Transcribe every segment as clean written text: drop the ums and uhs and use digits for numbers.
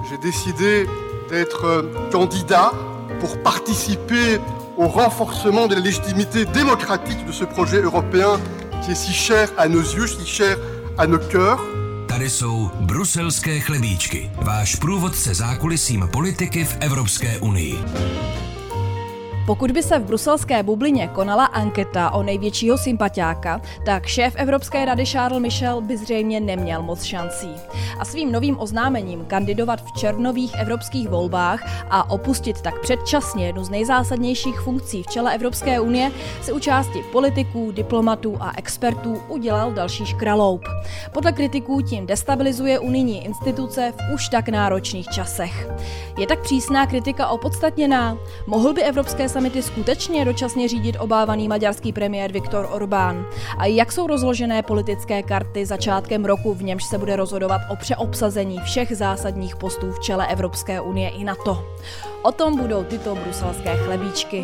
J'ai décidé d'être candidat pour participer au renforcement de la légitimité démocratique de ce projet européen qui est si cher à nos yeux, si cher à nos cœurs. Tady jsou bruselské chlebíčky, váš průvodce zákulisím politiky v Evropské unii. Pokud by se v bruselské bublině konala anketa o největšího sympatiáka, tak šéf Evropské rady Charles Michel by zřejmě neměl moc šancí. A svým novým oznámením kandidovat v červnových evropských volbách a opustit tak předčasně jednu z nejzásadnějších funkcí v čele Evropské unie si u části politiků, diplomatů a expertů udělal další škraloup. Podle kritiků tím destabilizuje unijní instituce v už tak náročných časech. Je tak přísná kritika opodstatněná? Mohl by evropské samity skutečně dočasně řídit obávaný maďarský premiér Viktor Orbán? A jak jsou rozložené politické karty začátkem roku, v němž se bude rozhodovat o přeobsazení všech zásadních postů v čele Evropské unie i NATO? O tom budou tyto bruselské chlebíčky.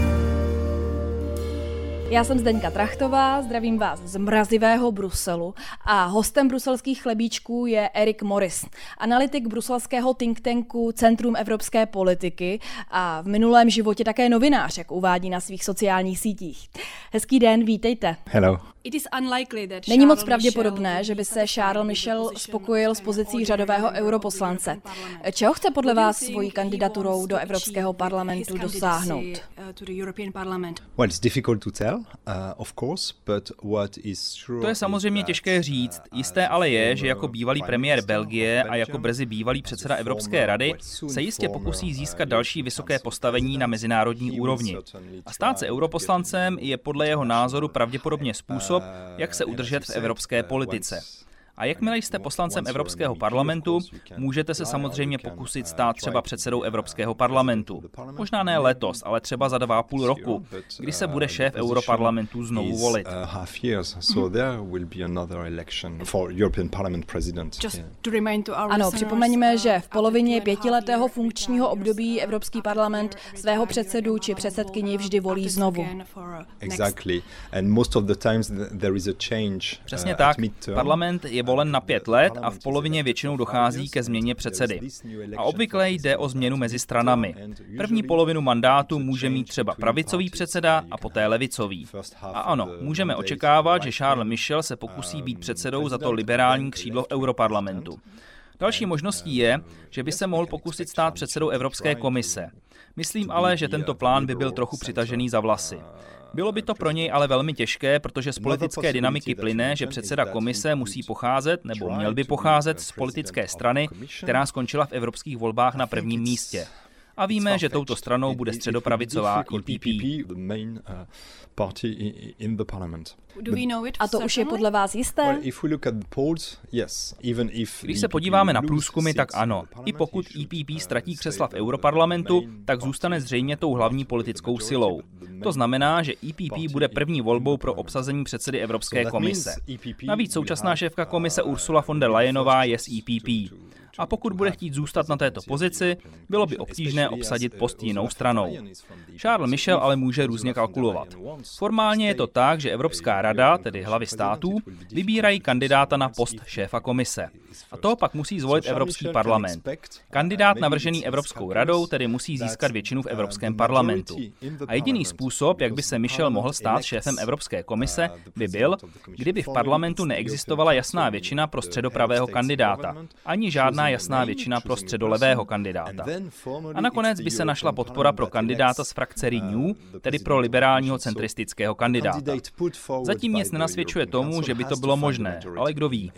Já jsem Zdeňka Trachtová, zdravím vás z mrazivého Bruselu a hostem bruselských chlebíčků je Eric Morris, analytik bruselského think tanku Centrum evropské politiky a v minulém životě také novinář, jak uvádí na svých sociálních sítích. Hezký den, vítejte. Hello. Není moc pravděpodobné, že by se Charles Michel spokojil s pozicí řadového europoslance. Čeho chce podle vás svojí kandidaturou do Evropského parlamentu dosáhnout? To je samozřejmě těžké říct. Jisté ale je, že jako bývalý premiér Belgie a jako brzy bývalý předseda Evropské rady se jistě pokusí získat další vysoké postavení na mezinárodní úrovni. A stát se europoslancem je podle jeho názoru pravděpodobně způsob, jak se udržet v evropské politice. A jakmile jste poslancem Evropského parlamentu, můžete se samozřejmě pokusit stát třeba předsedou Evropského parlamentu. Možná ne letos, ale třeba za 2,5 roku, kdy se bude šéf Europarlamentu znovu volit. Ano, připomeňme, že v polovině 5letého funkčního období Evropský parlament svého předsedu či předsedkyni vždy volí znovu. Přesně tak. Parlament je volen na 5 let a v polovině většinou dochází ke změně předsedy. A obvykle jde o změnu mezi stranami. První polovinu mandátu může mít třeba pravicový předseda a poté levicový. A ano, můžeme očekávat, že Charles Michel se pokusí být předsedou za to liberální křídlo v Europarlamentu. Další možností je, že by se mohl pokusit stát předsedou Evropské komise. Myslím ale, že tento plán by byl trochu přitažený za vlasy. Bylo by to pro něj ale velmi těžké, protože z politické dynamiky plyne, že předseda komise musí pocházet, nebo měl by pocházet z politické strany, která skončila v evropských volbách na prvním místě. A víme, že touto stranou bude středopravicová EPP. A to už je podle vás jisté? Když se podíváme na průzkumy, tak ano. I pokud EPP ztratí křesla v Europarlamentu, tak zůstane zřejmě tou hlavní politickou silou. To znamená, že EPP bude první volbou pro obsazení předsedy Evropské komise. Navíc současná šéfka komise Ursula von der Leyenová je z EPP. A pokud bude chtít zůstat na této pozici, bylo by obtížné obsadit post jinou stranou. Charles Michel ale může různě kalkulovat. Formálně je to tak, že Evropská rada, tedy hlavy států, vybírají kandidáta na post šéfa komise. A toho pak musí zvolit Evropský parlament. Kandidát navržený Evropskou radou tedy musí získat většinu v Evropském parlamentu. A jediný způsob, jak by se Michel mohl stát šéfem Evropské komise, by byl, kdyby v parlamentu neexistovala jasná většina pro středopravého kandidáta, ani žádná jasná většina pro středolevého kandidáta. A nakonec by se našla podpora pro kandidáta z frakce Renew, tedy pro liberálního centristického kandidáta. Zatím nic nenasvědčuje tomu, že by to bylo možné, ale kdo ví.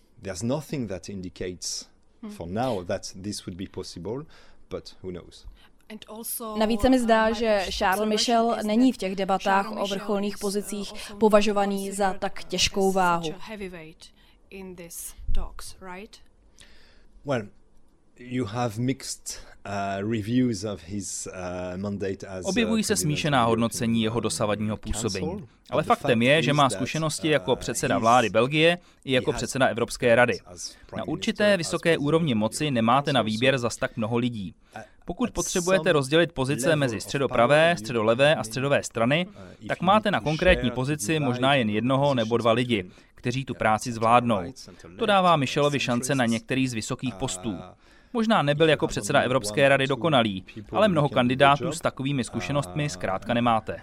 Navíc se mi zdá, že Charles Michel není v těch debatách o vrcholných pozicích považovaný za tak těžkou váhu. Objevují se smíšená hodnocení jeho dosavadního působení. Ale faktem je, že má zkušenosti jako předseda vlády Belgie i jako předseda Evropské rady. Na určité vysoké úrovni moci nemáte na výběr zas tak mnoho lidí. Pokud potřebujete rozdělit pozice mezi středopravé, středolevé a středové strany, tak máte na konkrétní pozici možná jen 1 nebo 2 lidi, kteří tu práci zvládnou. To dává Michelovi šance na některý z vysokých postů. Možná nebyl jako předseda Evropské rady dokonalý, ale mnoho kandidátů s takovými zkušenostmi zkrátka nemáte.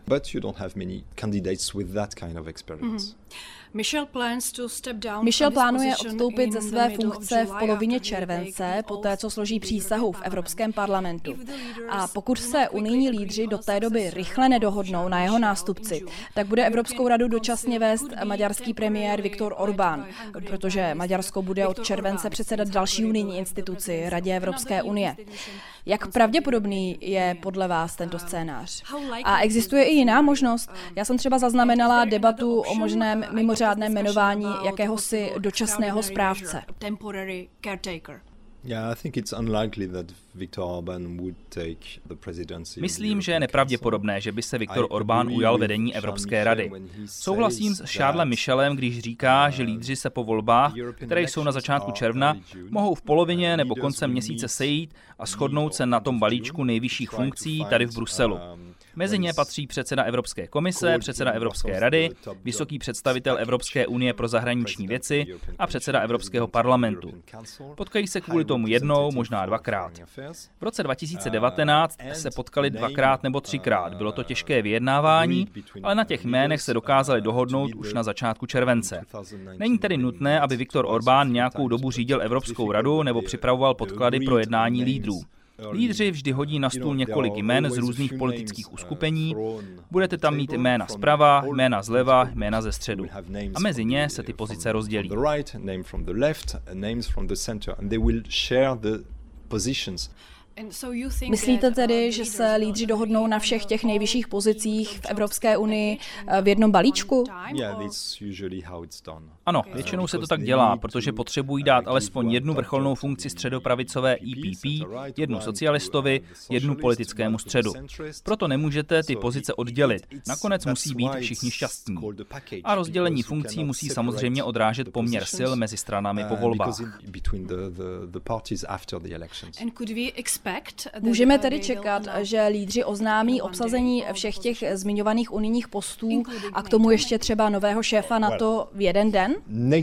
Michel plánuje odstoupit ze své funkce v polovině července, poté co složí přísahu v Evropském parlamentu. A pokud se unijní lídři do té doby rychle nedohodnou na jeho nástupci, tak bude Evropskou radu dočasně vést maďarský premiér Viktor Orbán, protože Maďarsko bude od července předsedat další unijní instituci, Radě Evropské unie. Jak pravděpodobný je podle vás tento scénář? A existuje i jiná možnost? Já jsem třeba zaznamenala debatu o možném mimořádném jmenování jakéhosi dočasného správce. Myslím, že je nepravděpodobné, že by se Viktor Orbán ujal vedení Evropské rady. Souhlasím s Charlesem Michelem, když říká, že lídři se po volbách, které jsou na začátku června, mohou v polovině nebo koncem měsíce sejít a shodnout se na tom balíčku nejvyšších funkcí tady v Bruselu. Mezi ně patří předseda Evropské komise, předseda Evropské rady, vysoký představitel Evropské unie pro zahraniční věci a předseda Evropského parlamentu. Potkají se kvůli tomu jednou, možná dvakrát. V roce 2019 se potkali dvakrát nebo třikrát. Bylo to těžké vyjednávání, ale na těch jménech se dokázali dohodnout už na začátku července. Není tedy nutné, aby Viktor Orbán nějakou dobu řídil Evropskou radu nebo připravoval podklady pro jednání lídrů. Lídři vždy hodí na stůl několik jmen z různých politických uskupení, budete tam mít jména zprava, jména zleva, jména ze středu. A mezi ně se ty pozice rozdělí. Myslíte tedy, že se lídři dohodnou na všech těch nejvyšších pozicích v Evropské unii v jednom balíčku? Ano, většinou se to tak dělá, protože potřebují dát alespoň jednu vrcholnou funkci středopravicové EPP, jednu socialistovi, jednu politickému středu. Proto nemůžete ty pozice oddělit. Nakonec musí být všichni šťastní. A rozdělení funkcí musí samozřejmě odrážet poměr sil mezi stranami po volbách. Můžeme tedy čekat, že lídři oznámí obsazení všech těch zmiňovaných unijních postů a k tomu ještě třeba nového šéfa NATO v jeden den?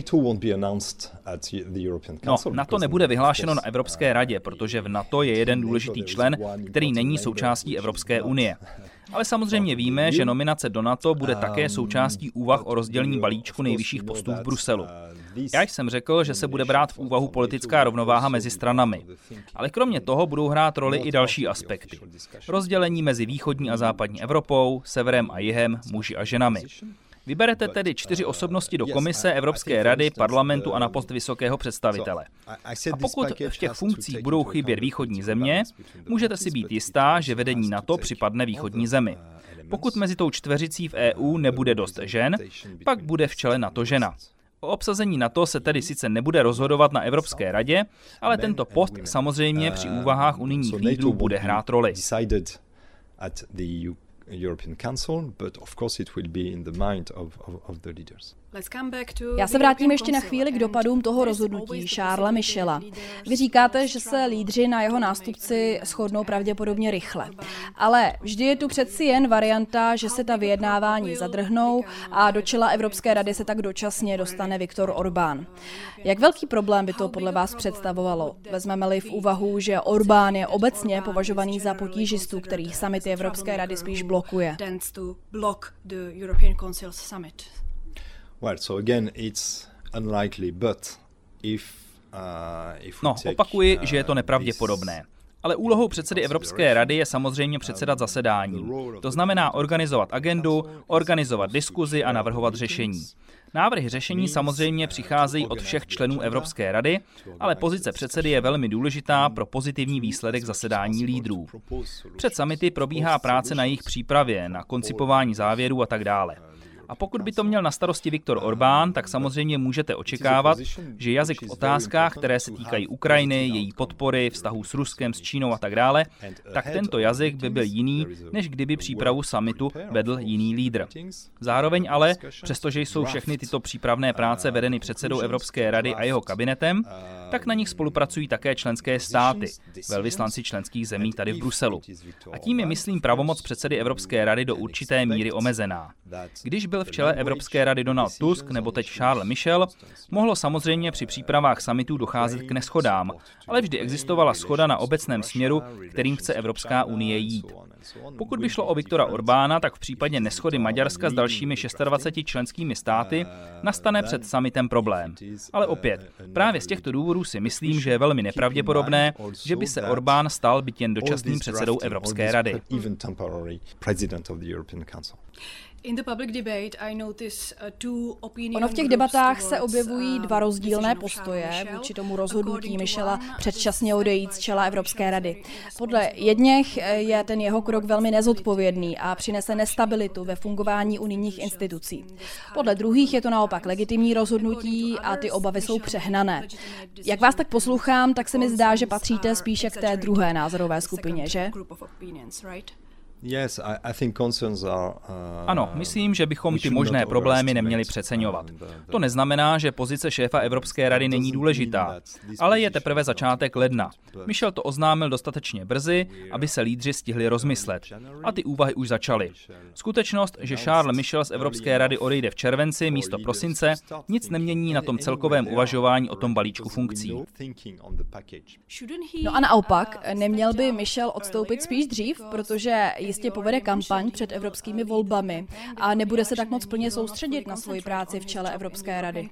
NATO nebude vyhlášeno na Evropské radě, protože v NATO je jeden důležitý člen, který není součástí Evropské unie. Ale samozřejmě víme, že nominace do NATO bude také součástí úvah o rozdělení balíčku nejvyšších postů v Bruselu. Já jsem řekl, že se bude brát v úvahu politická rovnováha mezi stranami. Ale kromě toho budou hrát roli i další aspekty. Rozdělení mezi východní a západní Evropou, severem a jihem, muži a ženami. Vyberete tedy 4 osobnosti do komise, Evropské rady, parlamentu a na post vysokého představitele. A pokud v těch funkcích budou chybět východní země, můžete si být jistá, že vedení NATO připadne východní zemi. Pokud mezi tou čtveřicí v EU nebude dost žen, pak bude v čele NATO žena. O obsazení NATO se tedy sice nebude rozhodovat na Evropské radě, ale tento post samozřejmě při úvahách unijních lídrů bude hrát roli. European Council, but of course it will be in the mind of the leaders. Já se vrátím ještě na chvíli k dopadům toho rozhodnutí Charlesa Michela. Vy říkáte, že se lídři na jeho nástupci shodnou pravděpodobně rychle. Ale vždy je tu přeci jen varianta, že se ta vyjednávání zadrhnou a do čela Evropské rady se tak dočasně dostane Viktor Orbán. Jak velký problém by to podle vás představovalo? Vezmeme-li v úvahu, že Orbán je obecně považovaný za potížistu, který summity Evropské rady spíš blokuje. Well, so again, it's unlikely, but if opakuji, že je to nepravděpodobné. Ale úlohou předsedy Evropské rady je samozřejmě předsedat zasedání. To znamená organizovat agendu, organizovat diskuzi a navrhovat řešení. Návrhy řešení samozřejmě přicházejí od všech členů Evropské rady, ale pozice předsedy je velmi důležitá pro pozitivní výsledek zasedání lídrů. Před summity probíhá práce na jejich přípravě, na koncipování závěrů a tak dále. A pokud by to měl na starosti Viktor Orbán, tak samozřejmě můžete očekávat, že jazyk v otázkách, které se týkají Ukrajiny, její podpory, vztahů s Ruskem, s Čínou a tak dále, tak tento jazyk by byl jiný, než kdyby přípravu summitu vedl jiný lídr. Zároveň ale, přestože jsou všechny tyto přípravné práce vedeny předsedou Evropské rady a jeho kabinetem, tak na nich spolupracují také členské státy, velvyslanci členských zemí tady v Bruselu. A tím je, myslím, pravomoc předsedy Evropské rady do určité míry omezená. Když byl v čele Evropské rady Donald Tusk nebo teď Charles Michel, mohlo samozřejmě při přípravách summitů docházet k neshodám, ale vždy existovala shoda na obecném směru, kterým chce Evropská unie jít. Pokud by šlo o Viktora Orbána, tak v případě neshody Maďarska s dalšími 26 členskými státy nastane před summitem problém. Ale opět, právě z těchto důvodů si myslím, že je velmi nepravděpodobné, že by se Orbán stal byť jen dočasným předsedou Evropské rady. Ono v těch debatách se objevují dva rozdílné postoje vůči tomu rozhodnutí Michela předčasně odejít z čela Evropské rady. Podle jedněch je ten jeho krok velmi nezodpovědný a přinese nestabilitu ve fungování unijních institucí. Podle druhých je to naopak legitimní rozhodnutí a ty obavy jsou přehnané. Jak vás tak poslouchám, tak se mi zdá, že patříte spíše k té druhé názorové skupině, že? Ano, myslím, že bychom ty možné problémy neměli přeceňovat. To neznamená, že pozice šéfa Evropské rady není důležitá, ale je teprve začátek ledna. Michel to oznámil dostatečně brzy, aby se lídři stihli rozmyslet. A ty úvahy už začaly. Skutečnost, že Charles Michel z Evropské rady odejde v červenci místo prosince, nic nemění na tom celkovém uvažování o tom balíčku funkcí. No a naopak, neměl by Michel odstoupit spíš dřív, protože jistě povede kampaň před evropskými volbami a nebude se tak moc plně soustředit na svoji práci v čele Evropské rady.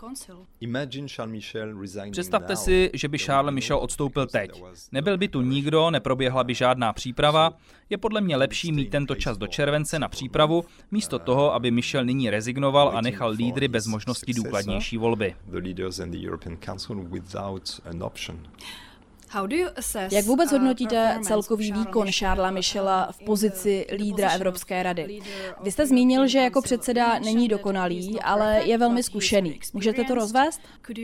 Představte si, že by Charles Michel odstoupil teď. Nebyl by tu nikdo, neproběhla by žádná příprava. Je podle mě lepší mít tento čas do července na přípravu, místo toho, aby Michel nyní rezignoval a nechal lídry bez možnosti důkladnější volby. Jak vůbec hodnotíte celkový výkon Charlesa Michela v pozici lídra Evropské rady? Vy jste zmínil, že jako předseda není dokonalý, ale je velmi zkušený. Můžete to rozvést?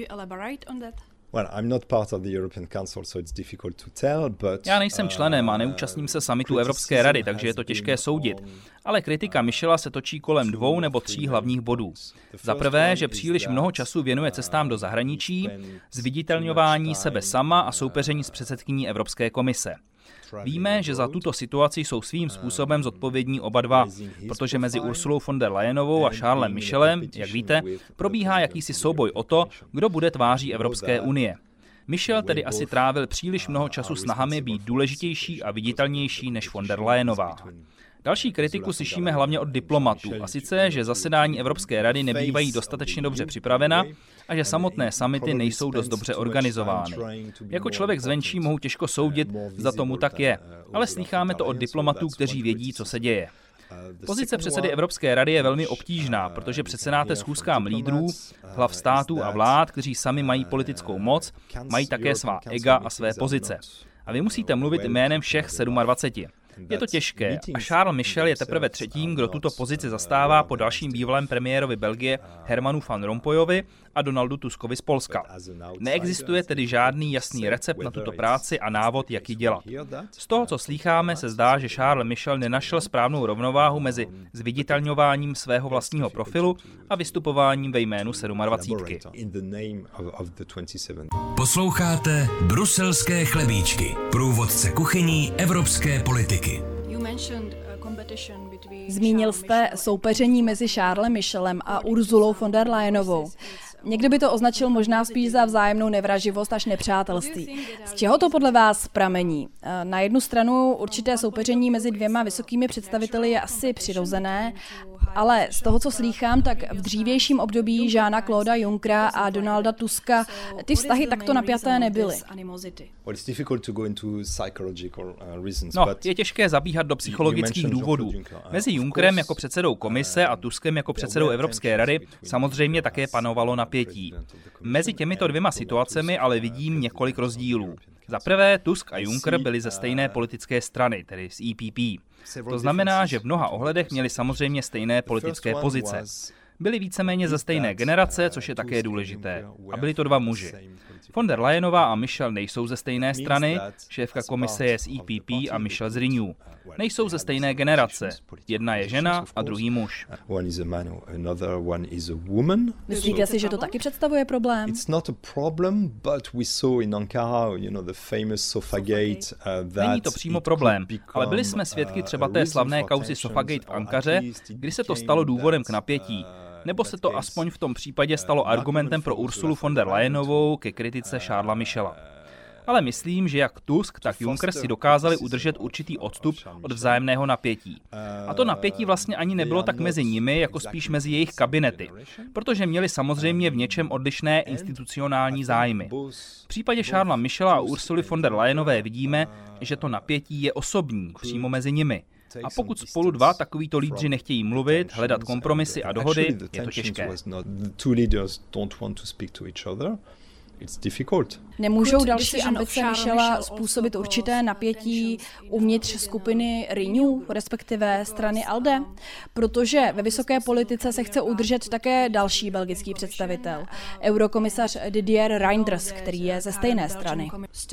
Já nejsem členem a neúčastním se summitu Evropské rady, takže je to těžké soudit. Ale kritika Michela se točí kolem 2 nebo 3 hlavních bodů. Za prvé, že příliš mnoho času věnuje cestám do zahraničí, zviditelňování sebe sama a soupeření s předsedkyní Evropské komise. Víme, že za tuto situaci jsou svým způsobem zodpovědní oba dva, protože mezi Ursulou von der Leyenovou a Charlesem Michelem, jak víte, probíhá jakýsi souboj o to, kdo bude tváří Evropské unie. Michel tedy asi trávil příliš mnoho času snahami být důležitější a viditelnější než von der Leyenová. Další kritiku slyšíme hlavně od diplomatů, a sice, že zasedání Evropské rady nebývají dostatečně dobře připravena a že samotné summity nejsou dost dobře organizovány. Jako člověk zvenčí mohu těžko soudit, zda tomu tak je, ale slýcháme to od diplomatů, kteří vědí, co se děje. Pozice předsedy Evropské rady je velmi obtížná, protože předsedáte schůzkám lídrů, hlav států a vlád, kteří sami mají politickou moc, mají také svá ega a své pozice. A vy musíte mluvit jménem všech 27. Je to těžké a Charles Michel je teprve třetím, kdo tuto pozici zastává po dalším bývalém premiérovi Belgie Hermanu van Rompuyovi a Donaldu Tuskovi z Polska. Neexistuje tedy žádný jasný recept na tuto práci a návod, jak ji dělat. Z toho, co slýcháme, se zdá, že Charles Michel nenašel správnou rovnováhu mezi zviditelňováním svého vlastního profilu a vystupováním ve jménu 27. Posloucháte Bruselské chlebíčky, průvodce kuchyní evropské politiky. Zmínil jste soupeření mezi Charlesem Michelem a Ursulou von der Leyenovou. Někdo by to označil možná spíš za vzájemnou nevraživost až nepřátelství. Z čeho to podle vás pramení? Na jednu stranu určité soupeření mezi dvěma vysokými představiteli je asi přirozené, ale z toho, co slýchám, tak v dřívějším období Jeana Clauda Junckera a Donalda Tuska ty vztahy takto napjaté nebyly. No, je těžké zabíhat do psychologických důvodů. Mezi Junckerem jako předsedou komise a Tuskem jako předsedou Evropské rady samozřejmě také panovalo napětí. Mezi těmito dvěma situacemi ale vidím několik rozdílů. Za prvé, Tusk a Juncker byli ze stejné politické strany, tedy z EPP. To znamená, že v mnoha ohledech měli samozřejmě stejné politické pozice. Byli víceméně ze stejné generace, což je také důležité. A byli to dva muži. Von der Leyenová a Michel nejsou ze stejné strany, šéfka komise je z EPP a Michel z Renew. Nejsou ze stejné generace. Jedna je žena a druhý muž. Myslíte si, že to taky představuje problém? Není to přímo problém, ale byli jsme svědky třeba té slavné kauzy Sofagate v Ankaře, kdy se to stalo důvodem k napětí. Nebo se to aspoň v tom případě stalo argumentem pro Ursulu von der Leyenovou ke kritice Charlesa Michela. Ale myslím, že jak Tusk, tak Juncker si dokázali udržet určitý odstup od vzájemného napětí. A to napětí vlastně ani nebylo tak mezi nimi, jako spíš mezi jejich kabinety, protože měli samozřejmě v něčem odlišné institucionální zájmy. V případě Charlesa Michela a Ursuly von der Leyenové vidíme, že to napětí je osobní, přímo mezi nimi. A pokud spolu dva takovýto lídři nechtějí mluvit, hledat kompromisy a dohody, je to těžké. Nemůžou další ambice Michela způsobit určité napětí uvnitř skupiny Renew, respektive strany ALDE? Protože ve vysoké politice se chce udržet také další belgický představitel, eurokomisař Didier Reynders, který je ze stejné strany.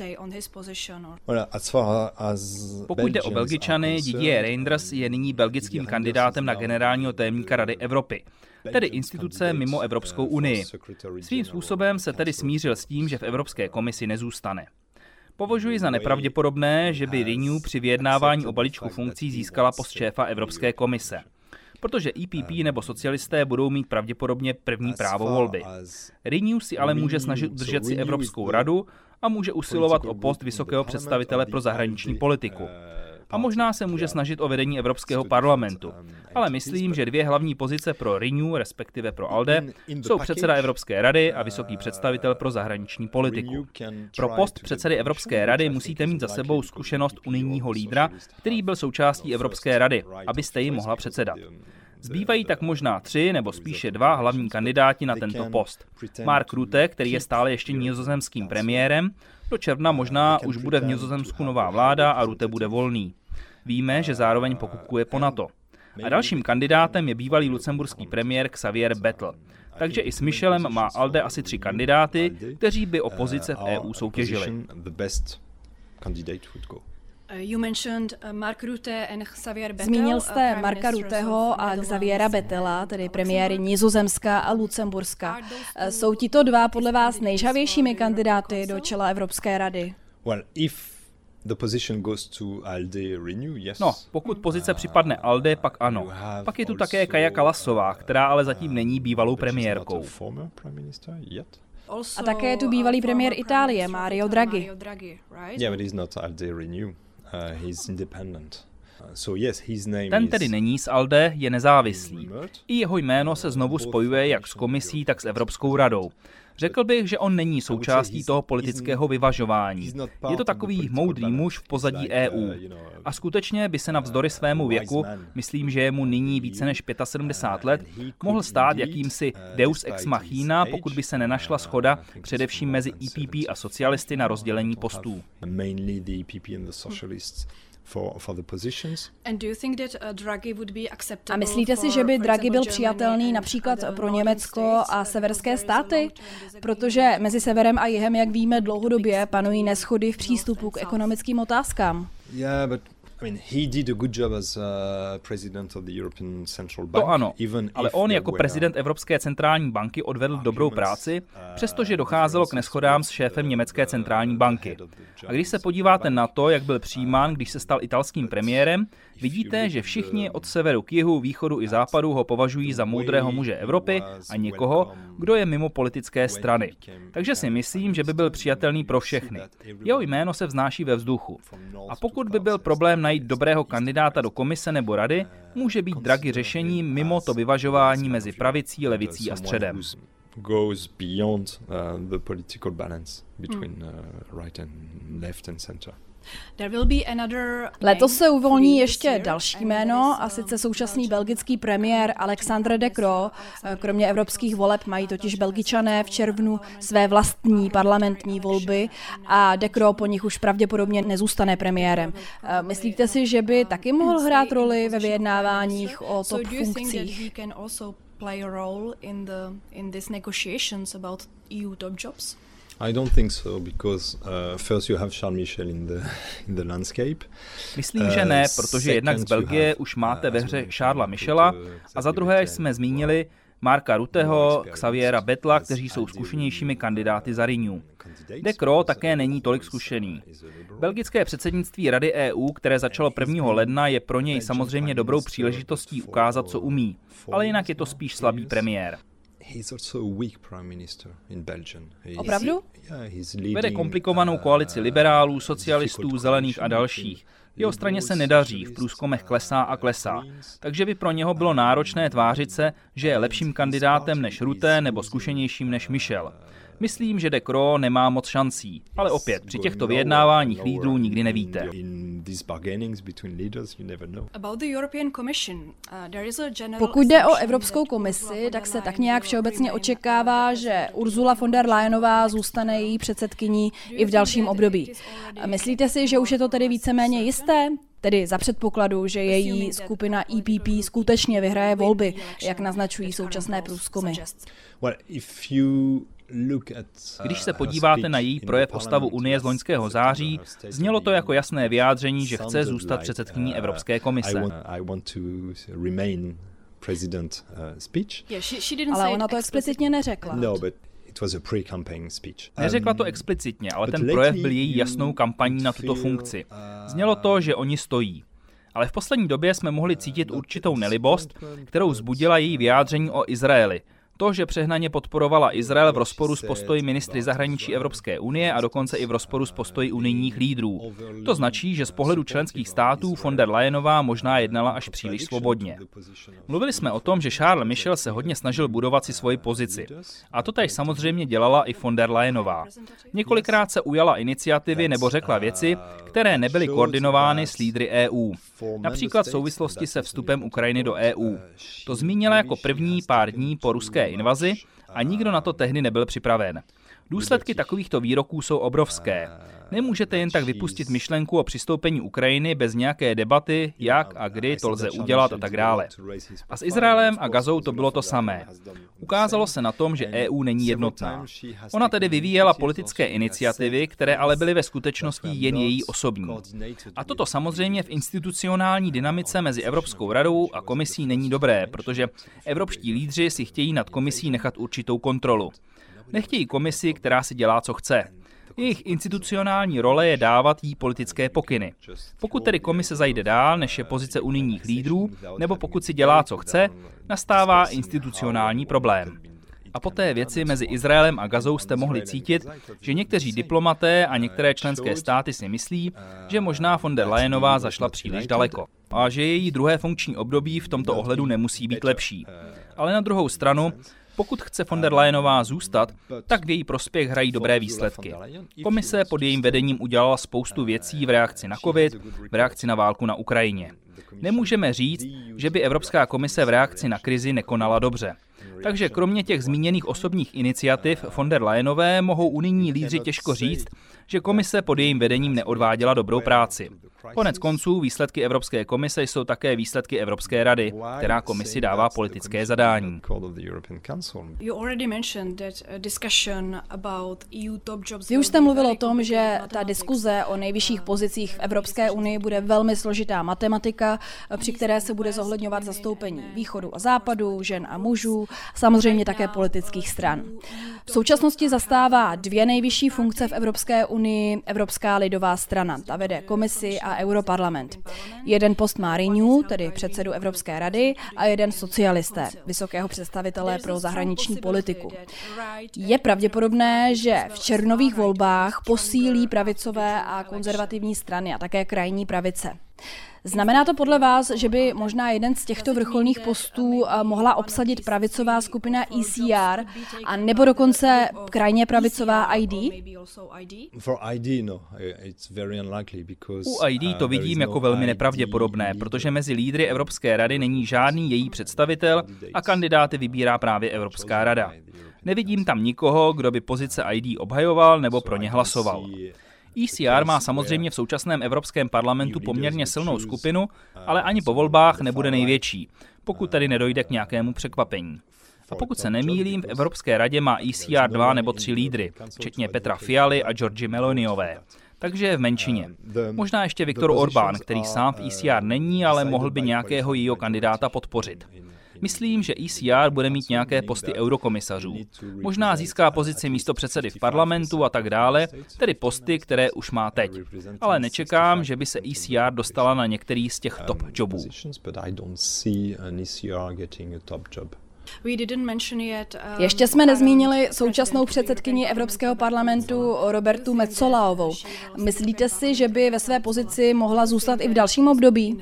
Pokud jde o Belgičany, Didier Reynders je nyní belgickým kandidátem na generálního tajemníka Rady Evropy, tedy instituce mimo Evropskou unii. Svým způsobem se tedy smířil s tím, že v Evropské komisi nezůstane. Považuji za nepravděpodobné, že by Renew při vyjednávání o balíčku funkcí získala post šéfa Evropské komise, protože EPP nebo socialisté budou mít pravděpodobně první právo volby. Renew si ale může snažit udržet si Evropskou radu a může usilovat o post vysokého představitele pro zahraniční politiku. A možná se může snažit o vedení Evropského parlamentu. Ale myslím, že dvě hlavní pozice pro Renew, respektive pro ALDE, jsou předseda Evropské rady a vysoký představitel pro zahraniční politiku. Pro post předsedy Evropské rady musíte mít za sebou zkušenost unijního lídra, který byl součástí Evropské rady, abyste ji mohla předsedat. Zbývají tak možná 3 nebo spíše 2 hlavní kandidáti na tento post. Mark Rutte, který je stále ještě nizozemským premiérem, do června možná už bude v Nizozemsku nová vláda a Rutte bude volný. Víme, že zároveň pokukuje po NATO. A dalším kandidátem je bývalý lucemburský premiér Xavier Bettel. Takže i s Michelem má ALDE asi 3 kandidáty, kteří by o pozice v EU soutěžili. Zmínil jste Marka Rutteho a Xaviera Bettela, tedy premiéry Nizozemska a Lucemburska. Jsou tito dva podle vás nejžhavějšími kandidáty do čela Evropské rady? No, pokud pozice připadne ALDE, pak ano. Pak je tu také Kaja Kallasová, která ale zatím není bývalou premiérkou. A také je tu bývalý premiér Itálie, Mario Draghi. Ten tedy není z ALDE, je nezávislý. I jeho jméno se znovu spojuje jak s komisí, tak s Evropskou radou. Řekl bych, že on není součástí toho politického vyvažování. Je to takový moudrý muž v pozadí EU. A skutečně by se navzdory svému věku, myslím, že je mu nyní více než 75 let, mohl stát jakýmsi deus ex machina, pokud by se nenašla shoda především mezi EPP a socialisty na rozdělení postů. A myslíte si, že by Draghi byl přijatelný například pro Německo a severské státy? Protože mezi severem a jihem, jak víme, dlouhodobě panují neshody v přístupu k ekonomickým otázkám. To ano, ale on jako prezident Evropské centrální banky odvedl dobrou práci, přestože docházelo k neshodám s šéfem německé centrální banky. A když se podíváte na to, jak byl přijímán, když se stal italským premiérem, vidíte, že všichni od severu k jihu, východu i západu ho považují za moudrého muže Evropy a někoho, kdo je mimo politické strany. Takže si myslím, že by byl přijatelný pro všechny. Jeho jméno se vznáší ve vzduchu. A pokud by byl problém najít dobrého kandidáta do komise nebo rady, může být Draghi řešením mimo to vyvažování mezi pravicí, levicí a středem. Letos se uvolní ještě další jméno, a sice současný belgický premiér Alexandre De Croo. Kromě evropských voleb mají totiž Belgičané v červnu své vlastní parlamentní volby a De Croo po nich už pravděpodobně nezůstane premiérem. Myslíte si, že by taky mohl hrát roli ve vyjednáváních o top funkcích? play a role in these negotiations about EU top jobs? I don't think so, because first you have Charles Michel in the landscape. Myslím, že ne, protože jednak z Belgie už máte ve hře Charlesa Michela a za druhé jsme zmínili Marka Rutteho, Xaviera Bettela, kteří jsou zkušenějšími kandidáty za Renew. De Croo také není tolik zkušený. Belgické předsednictví Rady EU, které začalo 1. ledna, je pro něj samozřejmě dobrou příležitostí ukázat, co umí, ale jinak je to spíš slabý premiér. Opravdu? Vede komplikovanou koalici liberálů, socialistů, zelených a dalších. Jeho straně se nedaří, v průzkumech klesá a klesá, takže by pro něho bylo náročné tvářit se, že je lepším kandidátem než Rutte nebo zkušenějším než Michel. Myslím, že De Croo nemá moc šancí, ale opět, při těchto vyjednáváních lídrů nikdy nevíte. Pokud jde o Evropskou komisi, tak se tak nějak všeobecně očekává, že Ursula von der Leyenová zůstane její předsedkyní i v dalším období. Myslíte si, že už je to tedy víceméně jisté? Tedy za předpokladu, že její skupina EPP skutečně vyhraje volby, jak naznačují současné průzkumy. Když se podíváte na její projev o stavu Unie z loňského září, znělo to jako jasné vyjádření, že chce zůstat předsedkyní Evropské komise. Ale ona to explicitně neřekla. Neřekla to explicitně, ale ten projev byl její jasnou kampaní na tuto funkci. Znělo to, že oni stojí. Ale v poslední době jsme mohli cítit určitou nelibost, kterou vzbudila její vyjádření o Izraeli. To, že přehnaně podporovala Izrael v rozporu s postoji ministry zahraničí Evropské unie a dokonce i v rozporu s postoji unijních lídrů. To značí, že z pohledu členských států von der Leyenová možná jednala až příliš svobodně. Mluvili jsme o tom, že Charles Michel se hodně snažil budovat si svoji pozici. A to též samozřejmě dělala i von der Leyenová. Několikrát se ujala iniciativy nebo řekla věci, které nebyly koordinovány s lídry EU. Například v souvislosti se vstupem Ukrajiny do EU. To zmínila jako první pár dní po ruské invazi a nikdo na to tehdy nebyl připraven. Důsledky takovýchto výroků jsou obrovské. Nemůžete jen tak vypustit myšlenku o přistoupení Ukrajiny bez nějaké debaty, jak a kdy to lze udělat a tak dále. A s Izraelem a Gazou to bylo to samé. Ukázalo se na tom, že EU není jednotná. Ona tedy vyvíjela politické iniciativy, které ale byly ve skutečnosti jen její osobní. A toto samozřejmě v institucionální dynamice mezi Evropskou radou a komisí není dobré, protože evropští lídři si chtějí nad komisí nechat určitou kontrolu. Nechtějí komisi, která si dělá, co chce. Jejich institucionální role je dávat jí politické pokyny. Pokud tedy komise zajde dál, než je pozice unijních lídrů, nebo pokud si dělá, co chce, nastává institucionální problém. A po té věci mezi Izraelem a Gazou jste mohli cítit, že někteří diplomaté a některé členské státy si myslí, že možná von der Leyenová zašla příliš daleko a že její druhé funkční období v tomto ohledu nemusí být lepší. Ale na druhou stranu, pokud chce von der Leyenová zůstat, tak v její prospěch hrají dobré výsledky. Komise pod jejím vedením udělala spoustu věcí v reakci na covid, v reakci na válku na Ukrajině. Nemůžeme říct, že by Evropská komise v reakci na krizi nekonala dobře. Takže kromě těch zmíněných osobních iniciativ von der Leyenové mohou unijní lídři těžko říct, že komise pod jejím vedením neodváděla dobrou práci. Konec konců výsledky Evropské komise jsou také výsledky Evropské rady, která komisi dává politické zadání. Vy už jste mluvil o tom, že ta diskuze o nejvyšších pozicích v Evropské unii bude velmi složitá matematika, při které se bude zohledňovat zastoupení východu a západu, žen a mužů, samozřejmě také politických stran. V současnosti zastává dvě nejvyšší funkce v Evropské unii Evropská lidová strana. Ta vede komisi a Europarlament. Jeden post má Renew, tedy předsedu Evropské rady, a jeden socialisté, vysokého představitele pro zahraniční politiku. Je pravděpodobné, že v červnových volbách posílí pravicové a konzervativní strany a také krajní pravice. Znamená to podle vás, že by možná jeden z těchto vrcholných postů mohla obsadit pravicová skupina ECR a nebo dokonce krajně pravicová ID? U ID to vidím jako velmi nepravděpodobné, protože mezi lídry Evropské rady není žádný její představitel a kandidáty vybírá právě Evropská rada. Nevidím tam nikoho, kdo by pozice ID obhajoval nebo pro ně hlasoval. ECR má samozřejmě v současném Evropském parlamentu poměrně silnou skupinu, ale ani po volbách nebude největší, pokud tedy nedojde k nějakému překvapení. A pokud se nemýlím, v Evropské radě má ECR 2 nebo 3 lídry, včetně Petra Fialy a Giorgie Meloniové. Takže je v menšině. Možná ještě Viktor Orbán, který sám v ECR není, ale mohl by nějakého jejího kandidáta podpořit. Myslím, že ECR bude mít nějaké posty eurokomisařů. Možná získá pozici místopředsedy v parlamentu a tak dále, tedy posty, které už má teď. Ale nečekám, že by se ECR dostala na některý z těch top jobů. Ještě jsme nezmínili současnou předsedkyni Evropského parlamentu Robertu Metsoláovou. Myslíte si, že by ve své pozici mohla zůstat i v dalším období?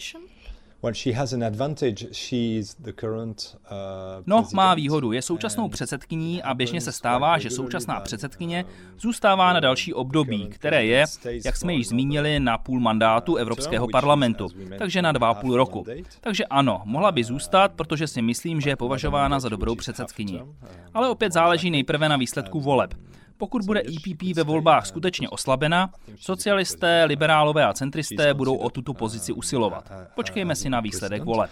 No, má výhodu, je současnou předsedkyní a běžně se stává, že současná předsedkyně zůstává na další období, které je, jak jsme již zmínili, na půl mandátu Evropského parlamentu, takže na 2,5 roku. Takže ano, mohla by zůstat, protože si myslím, že je považována za dobrou předsedkyni. Ale opět záleží nejprve na výsledku voleb. Pokud bude EPP ve volbách skutečně oslabena, socialisté, liberálové a centristé budou o tuto pozici usilovat. Počkejme si na výsledek voleb.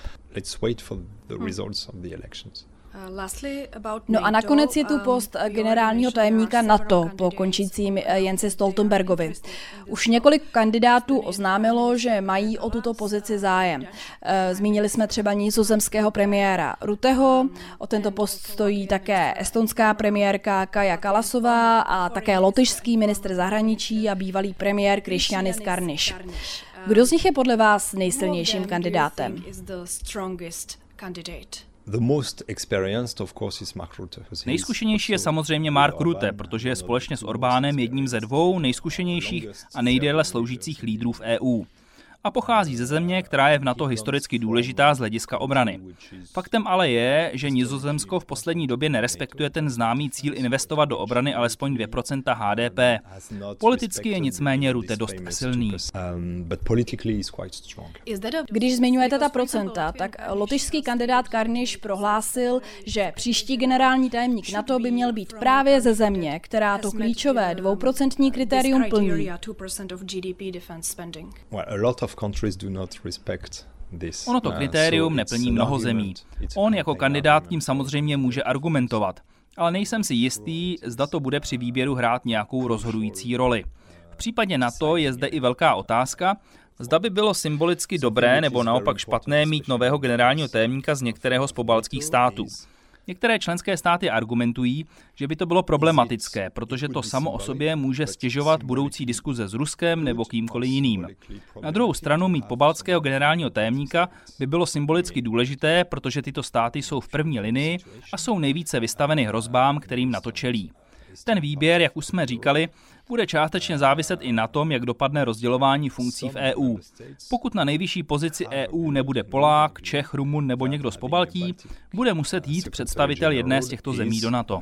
No a nakonec je tu post generálního tajemníka NATO po končícím Jensi Stoltenbergovi. Už několik kandidátů oznámilo, že mají o tuto pozici zájem. Zmínili jsme třeba nizozemského premiéra Rutteho, o tento post stojí také estonská premiérka Kaja Kallasová a také lotyšský ministr zahraničí a bývalý premiér Krišjānis Karniš. Kdo z nich je podle vás nejsilnějším kandidátem? Nejzkušenější je samozřejmě Mark Rutte, protože je společně s Orbánem jedním ze 2 nejzkušenějších a nejdéle sloužících lídrů v EU. A pochází ze země, která je v NATO historicky důležitá z hlediska obrany. Faktem ale je, že Nizozemsko v poslední době nerespektuje ten známý cíl investovat do obrany alespoň 2% HDP. Politicky je nicméně Rutte dost silný. Když zmiňujete ta procenta, tak lotyšský kandidát Karniš prohlásil, že příští generální tajemník NATO by měl být právě ze země, která to klíčové 2% kritérium plní. Ono to kritérium neplní mnoho zemí. On jako kandidát tím samozřejmě může argumentovat, ale nejsem si jistý, zda to bude při výběru hrát nějakou rozhodující roli. V případě NATO je zde i velká otázka, zda by bylo symbolicky dobré nebo naopak špatné mít nového generálního tajemníka z některého z pobaltských států. Některé členské státy argumentují, že by to bylo problematické, protože to samo o sobě může stěžovat budoucí diskuze s Ruskem nebo kýmkoliv jiným. Na druhou stranu mít pobaltského generálního tajemníka by bylo symbolicky důležité, protože tyto státy jsou v první linii a jsou nejvíce vystaveny hrozbám, kterým NATO čelí. Ten výběr, jak už jsme říkali, bude částečně záviset i na tom, jak dopadne rozdělování funkcí v EU. Pokud na nejvyšší pozici EU nebude Polák, Čech, Rumun nebo někdo z Pobaltí, bude muset jít představitel jedné z těchto zemí do NATO.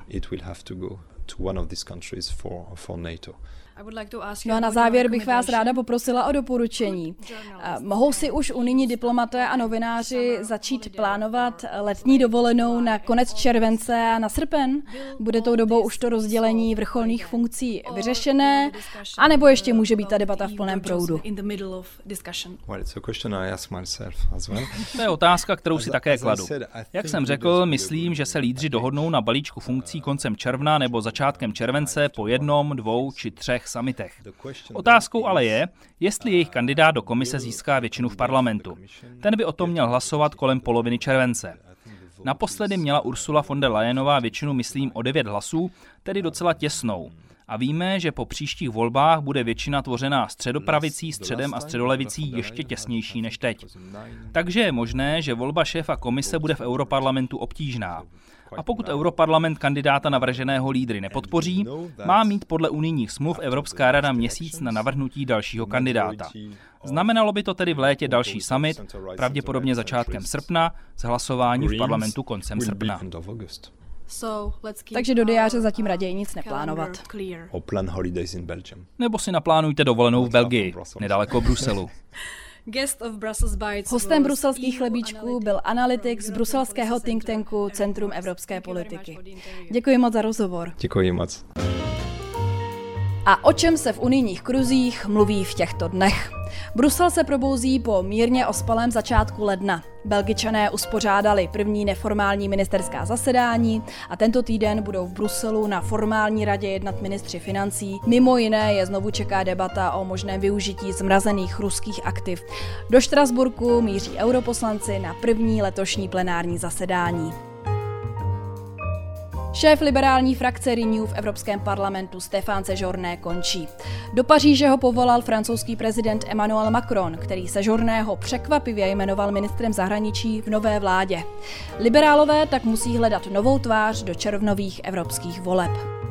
No a na závěr bych vás ráda poprosila o doporučení. Mohou si už unijní diplomaté a novináři začít plánovat letní dovolenou na konec července a na srpen? Bude tou dobou už to rozdělení vrcholných funkcí vyřešené? A nebo ještě může být ta debata v plném proudu? To je otázka, kterou si také kladu. Jak jsem řekl, myslím, že se lídři dohodnou na balíčku funkcí koncem června nebo začátkem července po 1, 2 či 3 summitech. Otázkou ale je, jestli jejich kandidát do komise získá většinu v parlamentu. Ten by o tom měl hlasovat kolem poloviny července. Naposledy měla Ursula von der Leyenová většinu, myslím, o 9 hlasů, tedy docela těsnou. A víme, že po příštích volbách bude většina tvořená středopravicí, středem a středolevicí ještě těsnější než teď. Takže je možné, že volba šéfa komise bude v Europarlamentu obtížná. A pokud Europarlament kandidáta navrženého lídry nepodpoří, má mít podle unijních smluv Evropská rada měsíc na navrhnutí dalšího kandidáta. Znamenalo by to tedy v létě další summit, pravděpodobně začátkem srpna, s hlasováním v parlamentu koncem srpna. Takže do diáře zatím raději nic neplánovat. Nebo si naplánujte dovolenou v Belgii, nedaleko Bruselu. Hostem bruselských chlebíčků byl analytik z bruselského think tanku Centrum evropské politiky. Děkuji moc za rozhovor. Děkuji moc. A o čem se v unijních kruzích mluví v těchto dnech? Brusel se probouzí po mírně ospalém začátku ledna. Belgičané uspořádali první neformální ministerská zasedání a tento týden budou v Bruselu na formální radě jednat ministři financí. Mimo jiné je znovu čeká debata o možném využití zmrazených ruských aktiv. Do Štrasburku míří europoslanci na první letošní plenární zasedání. Šéf liberální frakce Renew v Evropském parlamentu Stéphane Séjourné končí. Do Paříže ho povolal francouzský prezident Emmanuel Macron, který Séjourného překvapivě jmenoval ministrem zahraničí v nové vládě. Liberálové tak musí hledat novou tvář do červnových evropských voleb.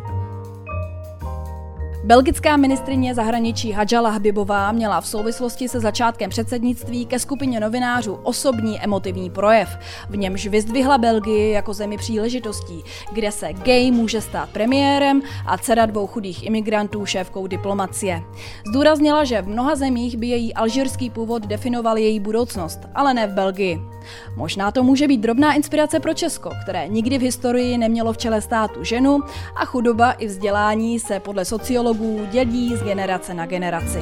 Belgická ministryně zahraničí Hadžala Habibová měla v souvislosti se začátkem předsednictví ke skupině novinářů osobní emotivní projev, v němž vyzdvihla Belgii jako zemi příležitostí, kde se gay může stát premiérem a dcera 2 chudých imigrantů šéfkou diplomacie. Zdůraznila, že v mnoha zemích by její alžírský původ definoval její budoucnost, ale ne v Belgii. Možná to může být drobná inspirace pro Česko, které nikdy v historii nemělo v čele státu ženu a chudoba i vzdělání se podle sociologů dělí z generace na generaci.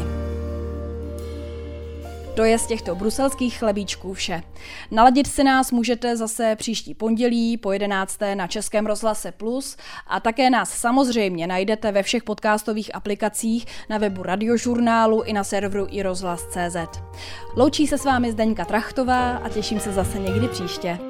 To je z těchto bruselských chlebíčků vše. Naladit si nás můžete zase příští pondělí po 11. na Českém rozhlase Plus a také nás samozřejmě najdete ve všech podcastových aplikacích, na webu Radiožurnálu i na serveru iRozhlas.cz. Loučí se s vámi Zdeňka Trachtová a těším se zase někdy příště.